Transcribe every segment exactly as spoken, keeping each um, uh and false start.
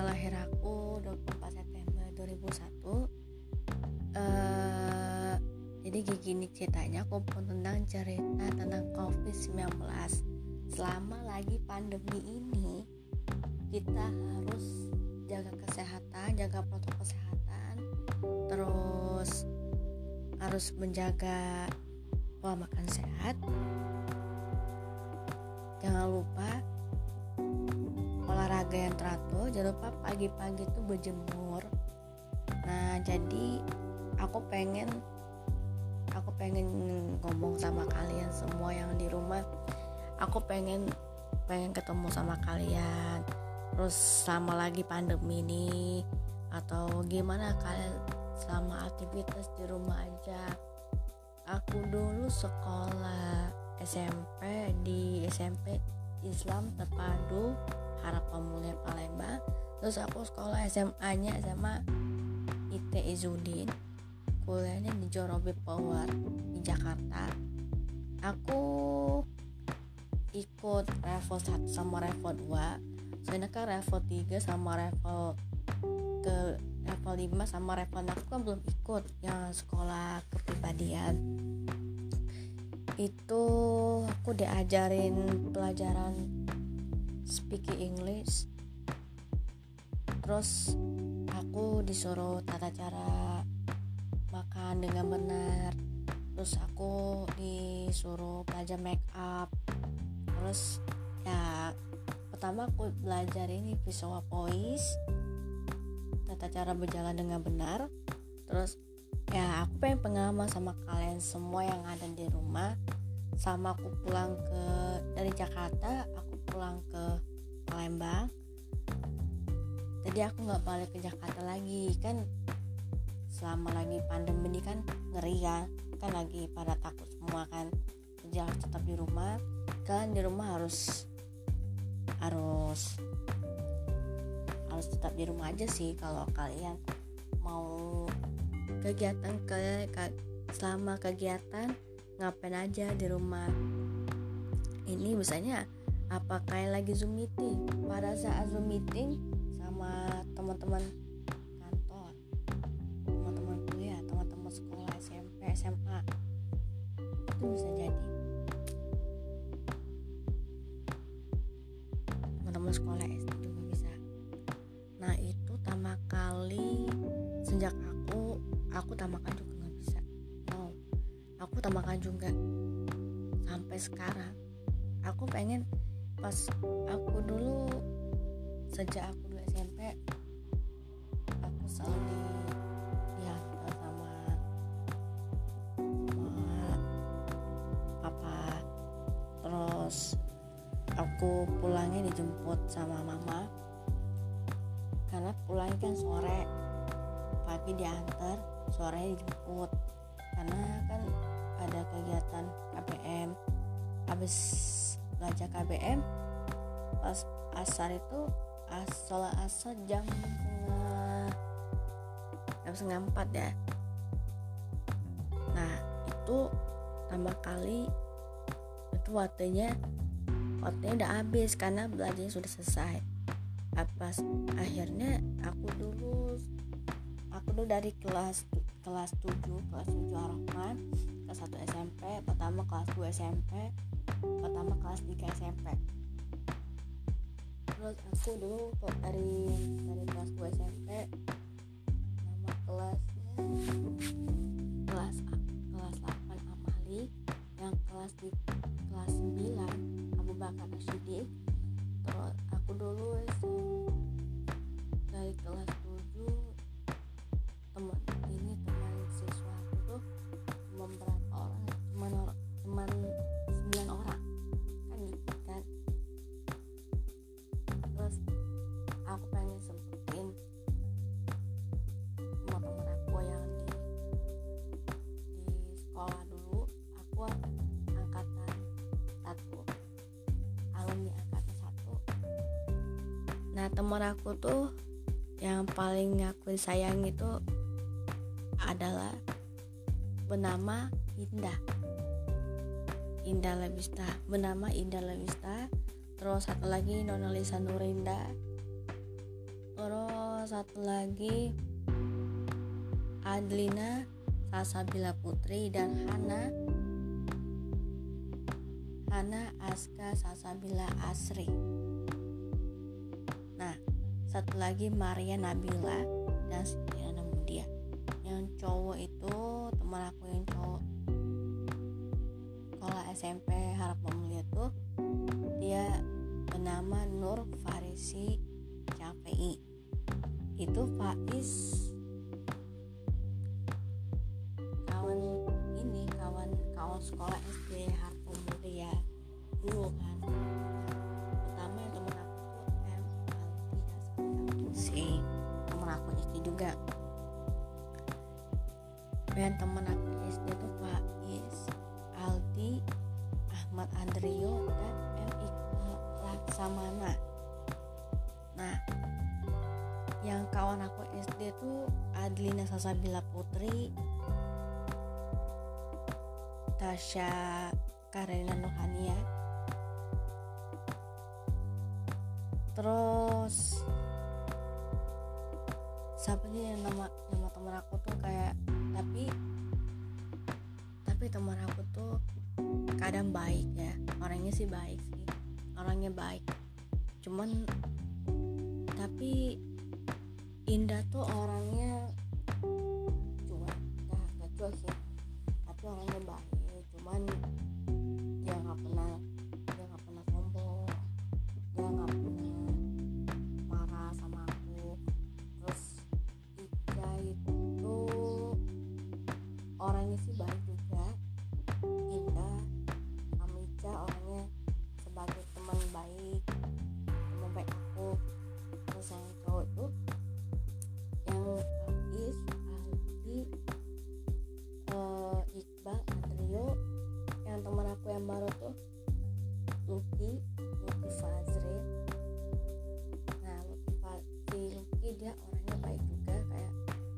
lahir aku dua puluh empat September dua ribu satu. uh, Jadi gini ceritanya, aku pun tentang cerita tentang covid sembilan belas. Selama lagi pandemi ini, kita harus jaga kesehatan, jaga protokol kesehatan, terus harus menjaga pola makan sehat. Jangan lupa olahraga yang teratur, jangan lupa pagi-pagi itu berjemur. Nah, jadi aku pengen aku pengen ngomong sama kalian semua yang di rumah. Aku pengen pengen ketemu sama kalian. Terus selama lagi pandemi ini, atau gimana kalian selama aktivitas di rumah aja. Aku dulu sekolah S M P di S M P Islam Terpadu Harapan Mulia Palembang. Terus aku sekolah S M A-nya S M A I T Izudin, kuliahnya di Jorobe Power di Jakarta. Aku ikut level satu sama level dua. Soalnya kan level tiga sama level ke level lima sama level enam aku kan belum ikut yang sekolah kepribadian. Itu aku diajarin pelajaran speaking English. Terus aku disuruh tata cara makan dengan benar. Terus aku disuruh belajar make up. Terus ya pertama aku belajar ini visual voice, tata cara berjalan dengan benar. Terus ya aku pengen pengalaman sama kalian semua yang ada di rumah. Sama aku pulang ke dari Jakarta, aku pulang ke Palembang. Jadi aku nggak balik ke Jakarta lagi, kan selama lagi pandemi ini kan ngeri kan, kan lagi pada takut semua kan. Jadi harus tetap di rumah. Kalian di rumah harus harus harus tetap di rumah aja sih. Kalau kalian mau kegiatan ke, ke selama kegiatan ngapain aja di rumah. Ini misalnya apa kayak lagi Zoom meeting. Pada saat Zoom meeting sama teman-teman kantor, teman-teman kuliah, teman-teman sekolah S M P, S M A, itu bisa jadi teman-teman sekolah S D juga bisa. Nah itu pertama kali sejak aku aku tamakan juga nggak bisa. No, aku tamakan juga sampai sekarang. Aku pengen pas aku dulu sejak aku dulu S M P, aku selalu di diantar sama sama papa. Terus aku pulangnya dijemput sama mama, karena pulangnya kan sore, pagi diantar, sore dijemput. Karena kan ada kegiatan K B M. Habis belajar K B M, pas asar itu as, sholat asar jam setengah jam setengah empat ya. Nah itu tambah kali itu waktunya waktunya udah habis karena belajarnya sudah selesai. Pas akhirnya aku dulu aku dulu dari kelas kelas tujuh kelas tujuh Harapan, kelas satu S M P, pertama kelas dua S M P, pertama kelas tiga S M P. Terus aku dulu dari dari kelas dua S M P, nama kelasnya kelas kelas delapan Amali, yang kelas di kelas sembilan Abu Bakar Rasyidi. Terus aku dulu dari kelas tujuh, teman ini teman siswa aku tuh cuma berapa orang, cuma cuma sembilan orang kan gitu kan. Terus aku pengen sempetin teman-teman aku yang di di sekolah dulu. Aku angkatan satu, alumni angkatan satu. Nah teman aku tuh yang paling aku sayang itu adalah bernama Indah Indah Lewista, bernama Indah Lewista. Terus satu lagi Nona Lisa Nurinda. Terus satu lagi Adlina Salsabila Putri dan Hana Hana Aska Salsabila Asri. Nah, satu lagi Maria Nabila dan Sitiana Mudia. Yang cowok itu teman aku yang cowok sekolah S M P Harapan Mulia tuh, dia bernama Nur Farisi Syafei. Itu Faiz kawan ini kawan kawan sekolah S D Harapan Mulia dulu kan. Pertama yang temen aku tuh M Aldi si temen aku S D juga. Dan temen aku S D tuh Faiz, Aldi, Ahmad Andrio dan M Iqbal Laksamana. Nah, yang kawan aku S D tuh Adlina Salsabila Putri, Tasya Karina Nurhania, terus siapa sih yang nama nama teman aku tuh kayak tapi tapi teman aku tuh kadang baik ya, orangnya sih baik sih orangnya baik cuman tapi Indah tuh orangnya cuek, nah gak cuek sih tapi orangnya baik, cuman dia nggak pernah dia nggak pernah sombong, dia nggak pernah marah sama aku. Terus Ica itu orangnya sih baik juga, Indah sama Ica orangnya sebagai teman baik, teman baik aku. Terus yang cowok tuh yang Faiz, Aldi, uh, Iqbal, Andrio. Yang teman aku yang baru tuh Lucky, Lucky Fazre. Nah, Lucky Fazre, Lucky dia orangnya baik juga kayak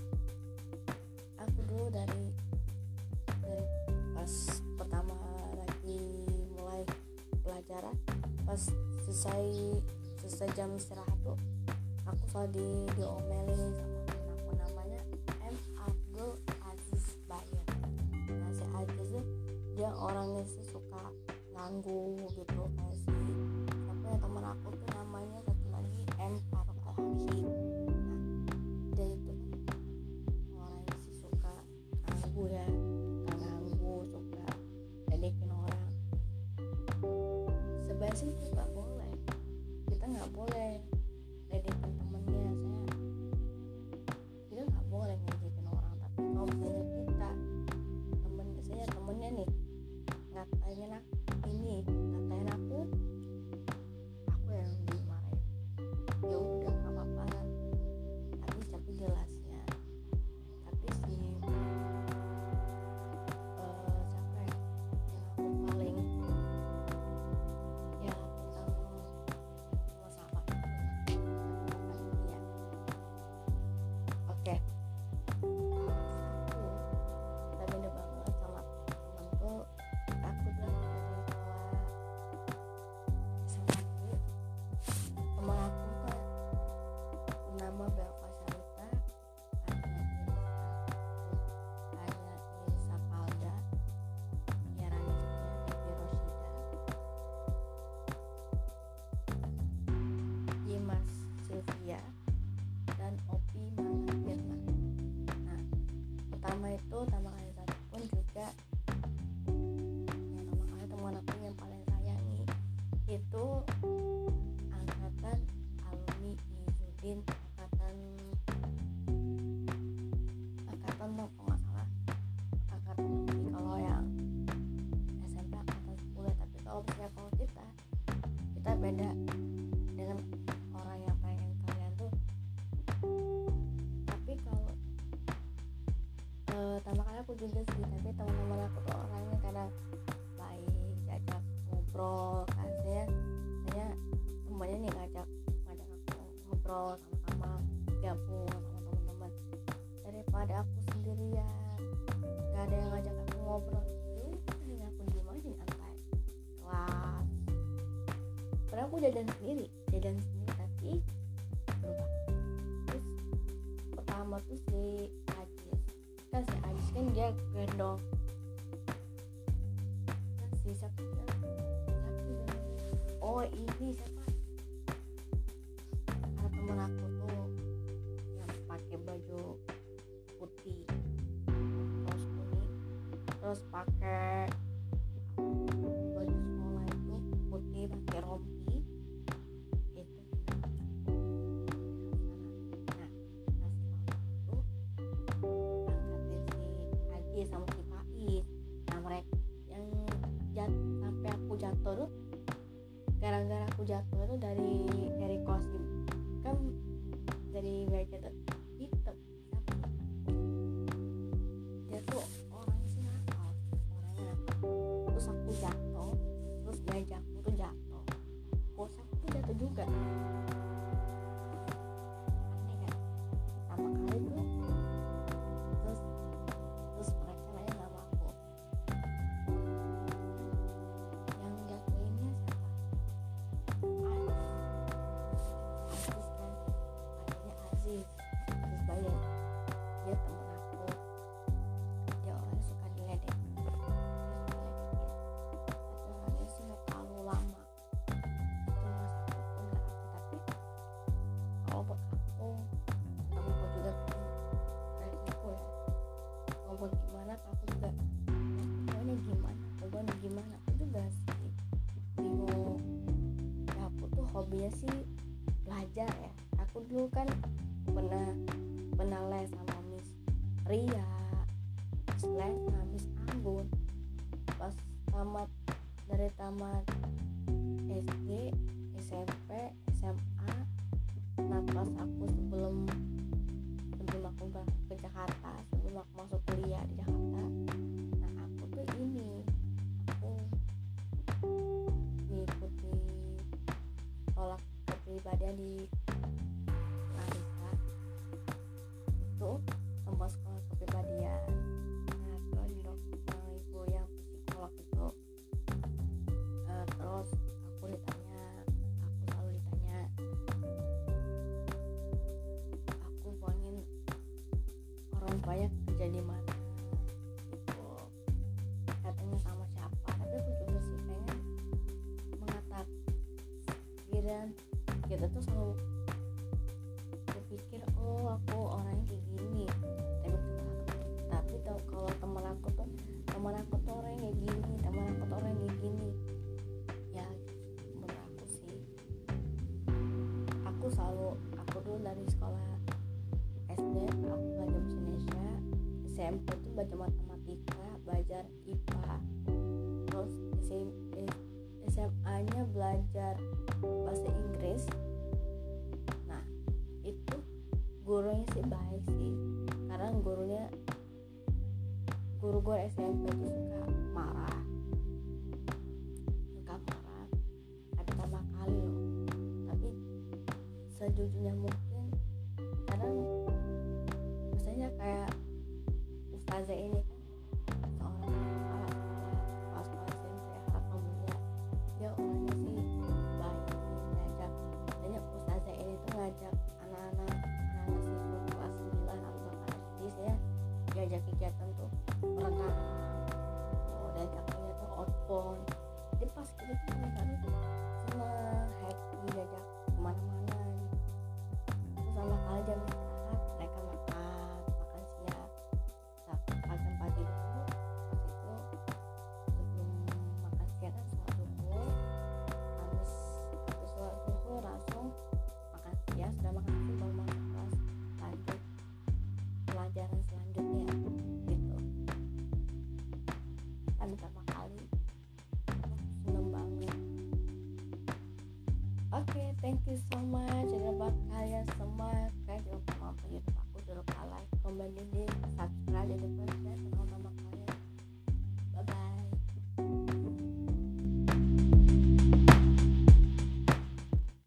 aku dulu dari dari pas pertama lagi mulai pelajaran, pas selesai selesai jam istirahat tuh aku selalu di diomelin sama temen aku namanya M Abdul Aziz Bayer. Nah, si Aziz tuh dia orangnya sih suka ganggu gitu, kayak si siapa ya temen aku tuh namanya satu lagi M Faruk Al-Habsyi. Nah, dia itu kan orangnya sih suka ganggu ya, suka ganggu, suka ledekin orang. Sebenarnya sih itu nggak boleh, kita nggak boleh ledekin temennya, saya kita nggak boleh ngejekin orang. Tapi kalau misalnya kita temen saya temennya nih ngatain aku ini ngatain aku aku yang dimarahin, ya udah nggak apa-apa, tapi tapi jelasnya. Tapi si uh, siapa ya yang aku paling ya tentang masalah ya oke aku tak beda banget sama temen tuh. Aku tuh dari sekolah S M A tuh temen aku tuh nama Belva Syarita, ada Irisa Palda, Yarannya Devi Roshida, Yimas Sylvia, dan Opi Mala Firma. Nah, pertama itu nama kali satu pun juga yang nama kali teman aku yang paling sayangi itu angkatan alumni Izudin, angkatan angkatan kalau nggak salah angkatan lebih, kalau yang S M P angkatan sepuluh. Tapi kalau misalnya kalau kita kita beda dengan orang yang pengen kalian tuh. Tapi kalau uh, tambah kali aku juga sih, tapi teman-teman aku tuh orangnya kadang baik, diajak ngobrol kan, saya saya temannya nih ngajak ngajak aku ngobrol sama-sama, gabung sama teman-teman daripada aku sendirian nggak ada yang ngajak aku ngobrol. Jadi aku diem aja santai kelas, padahal aku jajan sendiri jajan sendiri tapi berubah tuh si Ajis kan si Ajis kan dia gendong kan si siapa sih? Siapa sih? Oh ini siapa ada temen aku tuh yang pakai baju putih terus kuning terus pakai baju sekolah itu putih pakai rompi itu. Nah nasi malam itu angkatin si Aji sama si Pais. Nah mereka yang jat sampai aku jatuh tuh gara-gara aku jatuh tuh dari dari kosim kan dari meja tuh hitam siapa sih? Dia tuh orang sih nakal orangnya nakal terus aku jatuh terus mejaku tuh jatuh bos aku tuh jatuh juga aneh kan pertama kali tuh terus terus mereka nanya nama aku yang jatuhinnya siapa Aziz Aziz kan namanya Aziz Aziz Bayan dia temen aku dia orangnya suka diledek dia suka diledekin tapi orangnya sih gak terlalu lama cuma satu pun gak ada tapi kalau buat aku sama aku juga kan resiko ya mau buat gimana aku juga pokoknya gimana pokoknya gimana aku juga sih bingung ya aku tuh hobinya sih belajar ya aku dulu kan pernah pernah les sama Miss Ria Miss Lena Miss Anggun pas tamat dari tamat S D S M P S M A nah pas aku sebelum sebelum aku berangkat ke Jakarta sebelum aku masuk kuliah di Jakarta nah aku tuh ini aku mengikuti sekolah kepribadian di Larissa itu tempat sekolah kepribadian nah terus dok yang ibu yang psikolog itu uh, terus aku ditanya aku selalu ditanya aku pengen orang tuanya kerja di mana gitu katanya sama siapa tapi aku juga sih pengen mengatakan pikiran kita tuh selalu berpikir oh aku orangnya kayak gini tapi teman aku tapi tau kalau teman aku tuh teman aku tuh orangnya kayak gini teman aku tuh orangnya kayak gini ya menurut aku sih aku selalu aku dulu dari sekolah S D aku belajar bahasa Indonesia S M P tuh belajar matematika belajar I P A terus S M A nya belajar bahasa Inggris nah itu gurunya sih baik sih karena gurunya guru-guru S M P tuh suka marah suka marah tapi tambah kali loh tapi sejujurnya mungkin kadang misalnya kayak ustazah ini kan seorang kepala sekolah pas sekolah S M P harapan mulia dia orangnya sih baik ngajak banyak ustazah ini tuh ngajak anak-anak anak-anak siswa kelas sembilan atau bahkan S D saya diajak kegiatan tuh perenang oh diajaknya tuh outbound jadi pas gitu tuh mereka tuh senang happy diajak kemana-mana gitu terus sama kali jam istirahat mereka makan makan siang pagi pagi dulu pas itu sebelum makan siang kan sholat zuhur habis habis sholat zuhur langsung makan siang sudah makan siang baru masuk kelas lanjut pelajaran selanjutnya gitu kan pertama kali seneng banget oke okay, thank you so much